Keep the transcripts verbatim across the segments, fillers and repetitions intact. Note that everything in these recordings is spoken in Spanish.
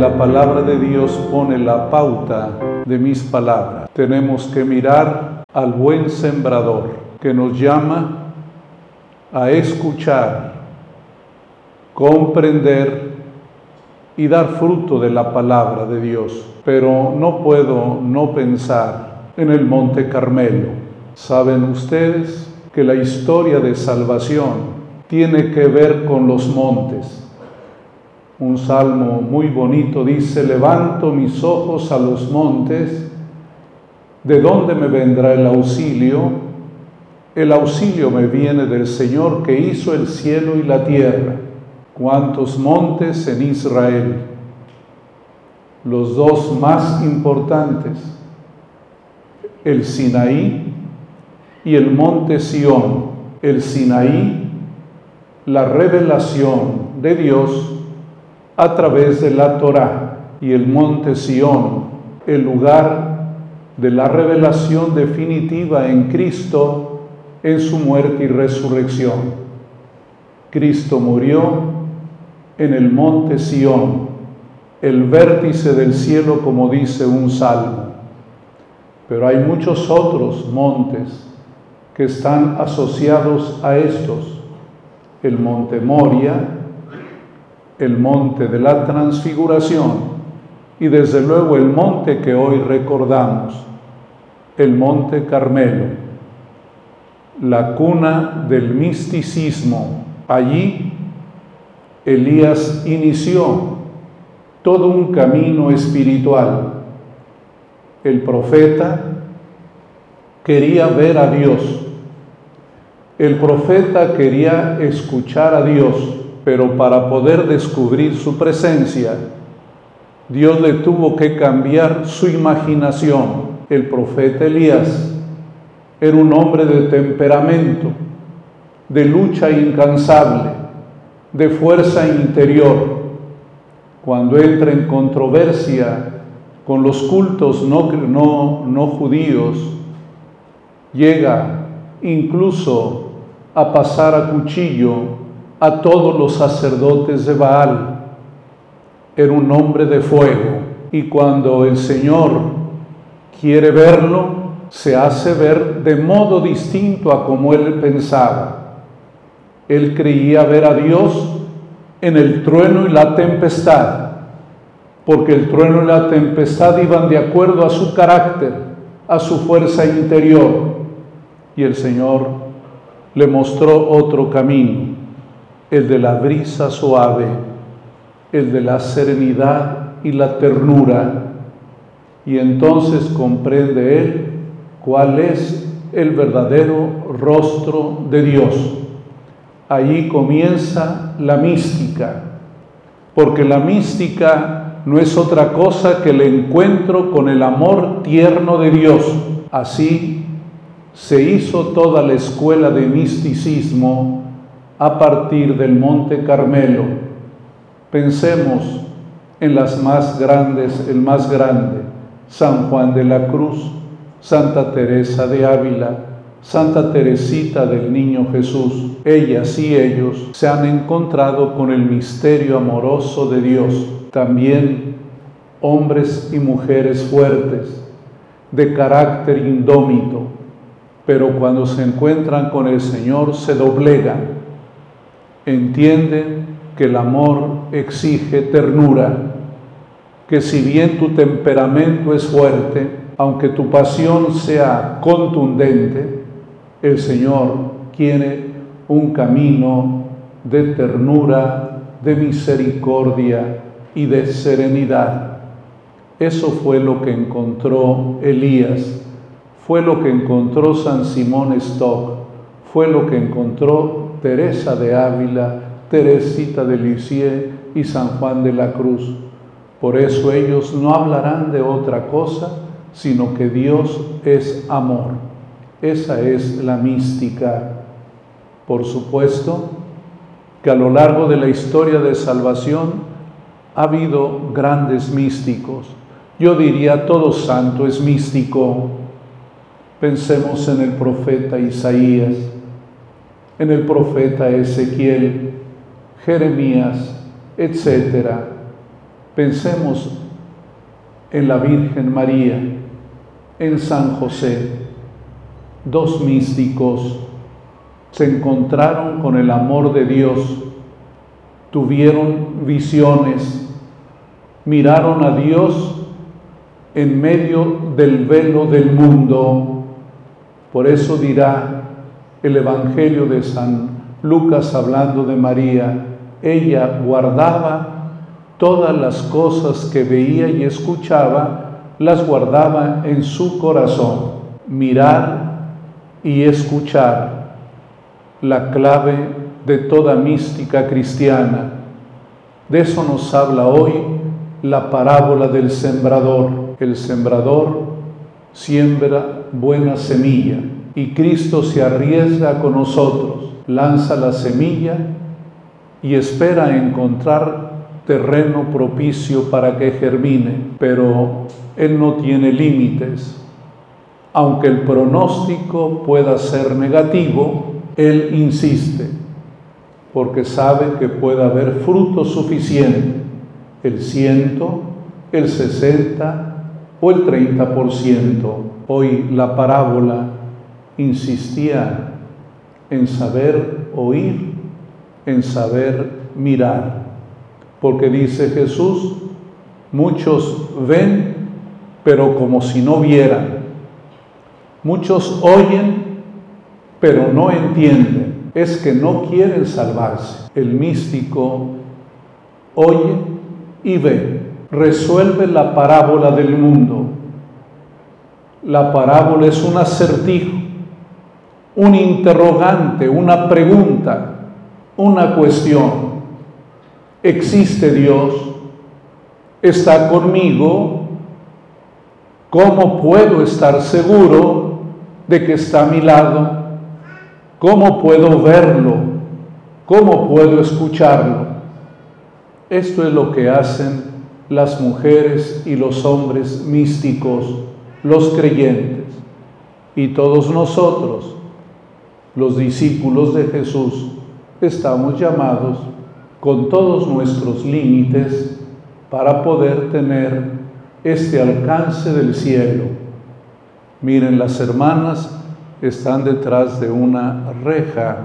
la palabra de Dios pone la pauta de mis palabras. Tenemos que mirar al buen sembrador que nos llama a escuchar, comprender y dar fruto de la palabra de Dios. Pero no puedo no pensar en el Monte Carmelo. Saben ustedes que la historia de salvación tiene que ver con los montes. Un salmo muy bonito dice: levanto mis ojos a los montes, ¿de dónde me vendrá el auxilio? El auxilio me viene del Señor que hizo el cielo y la tierra. ¿Cuántos montes en Israel? Los dos más importantes, el Sinaí y el monte Sión. El Sinaí, la revelación de Dios a través de la Torá, y el monte Sión, el lugar de la revelación definitiva en Cristo, en su muerte y resurrección. Cristo murió en el monte Sión, el vértice del cielo, como dice un salmo. Pero hay muchos otros montes que están asociados a estos: el monte Moria, el monte de la Transfiguración y desde luego el monte que hoy recordamos, el monte Carmelo, la cuna del misticismo. Allí Elías inició todo un camino espiritual. El profeta quería ver a Dios. El profeta quería escuchar a Dios, pero para poder descubrir su presencia, Dios le tuvo que cambiar su imaginación. El profeta Elías era un hombre de temperamento, de lucha incansable, de fuerza interior. Cuando entra en controversia con los cultos no, no, no judíos, llega incluso a pasar a cuchillo a todos los sacerdotes de Baal. Era un hombre de fuego, y cuando el Señor quiere verlo, se hace ver de modo distinto a como él pensaba. Él creía ver a Dios en el trueno y la tempestad, porque el trueno y la tempestad iban de acuerdo a su carácter, a su fuerza interior, y el Señor le mostró otro camino, el de la brisa suave, el de la serenidad y la ternura, y entonces comprende él cuál es el verdadero rostro de Dios. Allí comienza la mística, porque la mística no es otra cosa que el encuentro con el amor tierno de Dios. Así se hizo toda la escuela de misticismo a partir del Monte Carmelo. Pensemos en las más grandes, el más grande, San Juan de la Cruz, Santa Teresa de Ávila, Santa Teresita del Niño Jesús. Ellas y ellos se han encontrado con el misterio amoroso de Dios. También hombres y mujeres fuertes, de carácter indómito, pero cuando se encuentran con el Señor se doblegan. Entienden que el amor exige ternura, que si bien tu temperamento es fuerte, aunque tu pasión sea contundente, el Señor quiere un camino de ternura, de misericordia y de serenidad. Eso fue lo que encontró Elías, fue lo que encontró San Simón Stock, fue lo que encontró Teresa de Ávila, Teresita de Lisieux y San Juan de la Cruz. Por eso ellos no hablarán de otra cosa, sino que Dios es amor. Esa es la mística. Por supuesto que a lo largo de la historia de salvación ha habido grandes místicos. Yo diría todo santo es místico. Pensemos en el profeta Isaías, en el profeta Ezequiel, Jeremías, etcétera. Pensemos en la Virgen María, en San José, dos místicos, se encontraron con el amor de Dios, tuvieron visiones, miraron a Dios en medio del velo del mundo. Por eso dirá el Evangelio de San Lucas hablando de María, ella guardaba todas las cosas que veía y escuchaba, las guardaba en su corazón. Mirar y escuchar, la clave de toda mística cristiana. De eso nos habla hoy la parábola del sembrador. El sembrador siembra buena semilla y Cristo se arriesga con nosotros, lanza la semilla y espera encontrar terreno propicio para que germine, pero Él no tiene límites. Aunque el pronóstico pueda ser negativo, Él insiste, porque sabe que puede haber fruto suficiente, el ciento, el sesenta o el treinta por ciento. Hoy la parábola insistía en saber oír, en saber mirar, porque dice Jesús, muchos ven, pero como si no vieran. Muchos oyen, pero no entienden. Es que no quieren salvarse. El místico oye y ve. Resuelve la parábola del mundo. La parábola es un acertijo, un interrogante, una pregunta, una cuestión. ¿Existe Dios? ¿Está conmigo? ¿Cómo puedo estar seguro de que está a mi lado? ¿Cómo puedo verlo? ¿Cómo puedo escucharlo? Esto es lo que hacen las mujeres y los hombres místicos, los creyentes, y todos nosotros, los discípulos de Jesús, estamos llamados con todos nuestros límites para poder tener este alcance del cielo. Miren, las hermanas están detrás de una reja.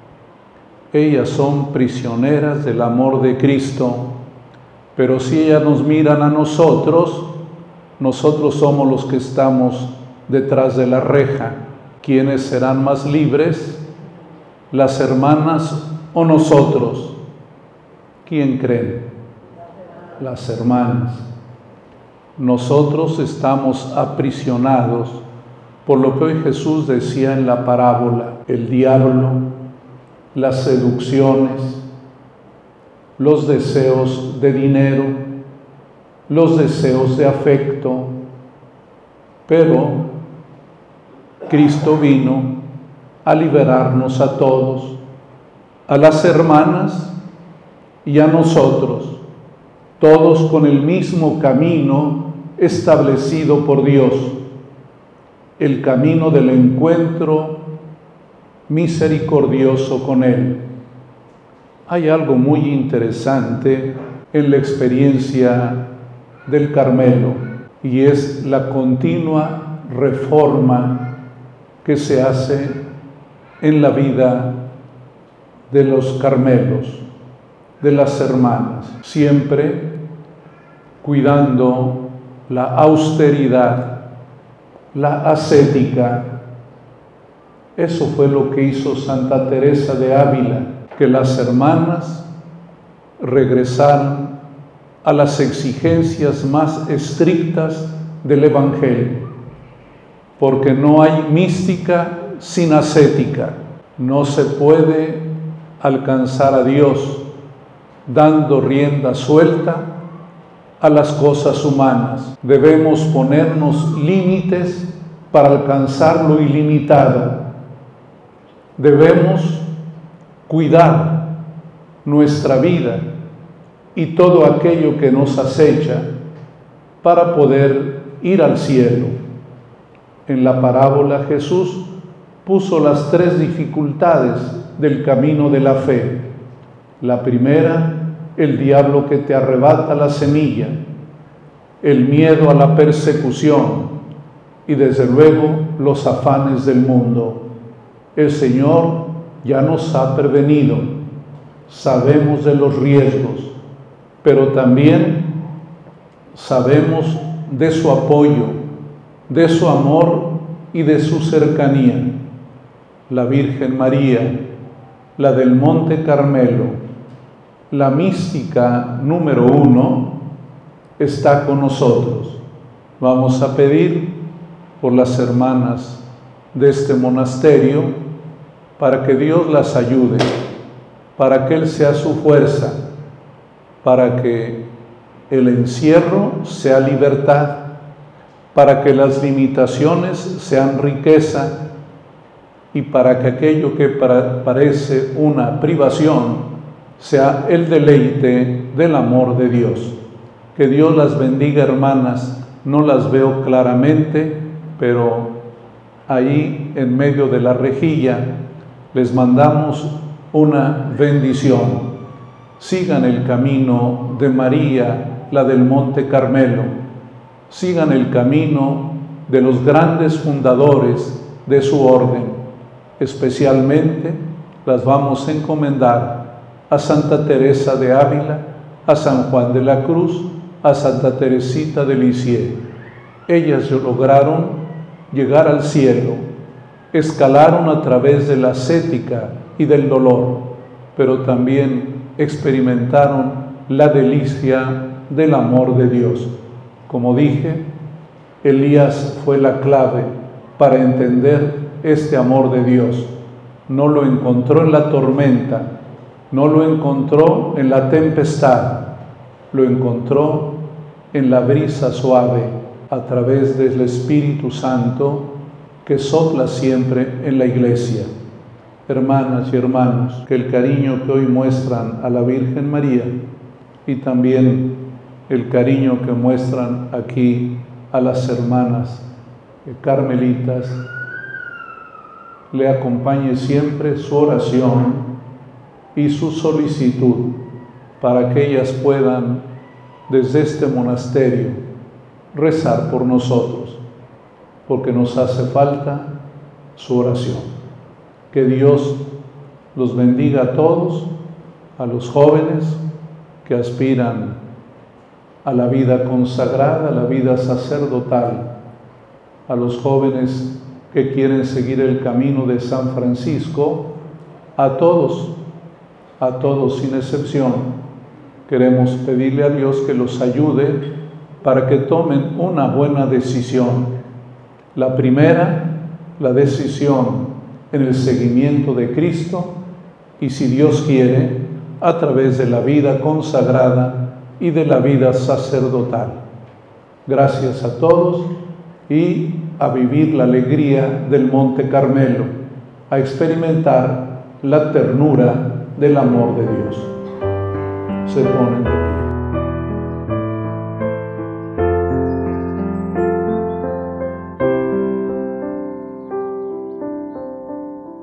Ellas son prisioneras del amor de Cristo, pero si ellas nos miran a nosotros, nosotros somos los que estamos detrás de la reja. ¿Quiénes serán más libres? ¿Las hermanas o nosotros? ¿Quién creen? Las hermanas. Nosotros estamos aprisionados por lo que hoy Jesús decía en la parábola: el diablo, las seducciones, los deseos de dinero, los deseos de afecto. Pero Cristo vino a liberarnos a todos, a las hermanas y a nosotros, todos con el mismo camino establecido por Dios, el camino del encuentro misericordioso con Él. Hay algo muy interesante en la experiencia del Carmelo, y es la continua reforma que se hace en la vida de los Carmelos, de las hermanas, siempre cuidando la austeridad, la ascética. Eso fue lo que hizo Santa Teresa de Ávila, que las hermanas regresaran a las exigencias más estrictas del Evangelio, porque no hay mística sin ascética. No se puede alcanzar a Dios dando rienda suelta a las cosas humanas. Debemos ponernos límites para alcanzar lo ilimitado. Debemos cuidar nuestra vida y todo aquello que nos acecha para poder ir al cielo. En la parábola Jesús puso las tres dificultades del camino de la fe. La primera el diablo que te arrebata la semilla, el miedo a la persecución y desde luego los afanes del mundo. El Señor ya nos ha prevenido, sabemos de los riesgos, pero también sabemos de su apoyo, de su amor y de su cercanía. La Virgen María, la del Monte Carmelo, la mística número uno, está con nosotros. Vamos a pedir por las hermanas de este monasterio para que Dios las ayude, para que Él sea su fuerza, para que el encierro sea libertad, para que las limitaciones sean riqueza y para que aquello que para, parece una privación sea el deleite del amor de Dios. Que Dios las bendiga, hermanas. No las veo claramente, pero ahí en medio de la rejilla les mandamos una bendición. Sigan el camino de María, la del Monte Carmelo. Sigan el camino de los grandes fundadores de su orden. Especialmente las vamos a encomendar a Santa Teresa de Ávila, a San Juan de la Cruz, a Santa Teresita de Lisieux. Ellas lograron llegar al cielo, escalaron a través de la ascética y del dolor, pero también experimentaron la delicia del amor de Dios. Como dije, Elías fue la clave para entender este amor de Dios. No lo encontró en la tormenta, no lo encontró en la tempestad, lo encontró en la brisa suave a través del Espíritu Santo que sopla siempre en la iglesia. Hermanas y hermanos, que el cariño que hoy muestran a la Virgen María y también el cariño que muestran aquí a las hermanas carmelitas, le acompañe siempre su oración y su solicitud para que ellas puedan, desde este monasterio, rezar por nosotros, porque nos hace falta su oración. Que Dios los bendiga a todos, a los jóvenes que aspiran a la vida consagrada, a la vida sacerdotal, a los jóvenes que quieren seguir el camino de San Francisco, a todos, a todos sin excepción. Queremos pedirle a Dios que los ayude para que tomen una buena decisión. La primera, la decisión en el seguimiento de Cristo y, si Dios quiere, a través de la vida consagrada y de la vida sacerdotal. Gracias a todos y a vivir la alegría del Monte Carmelo, a experimentar la ternura del amor de Dios. Se ponen de pie.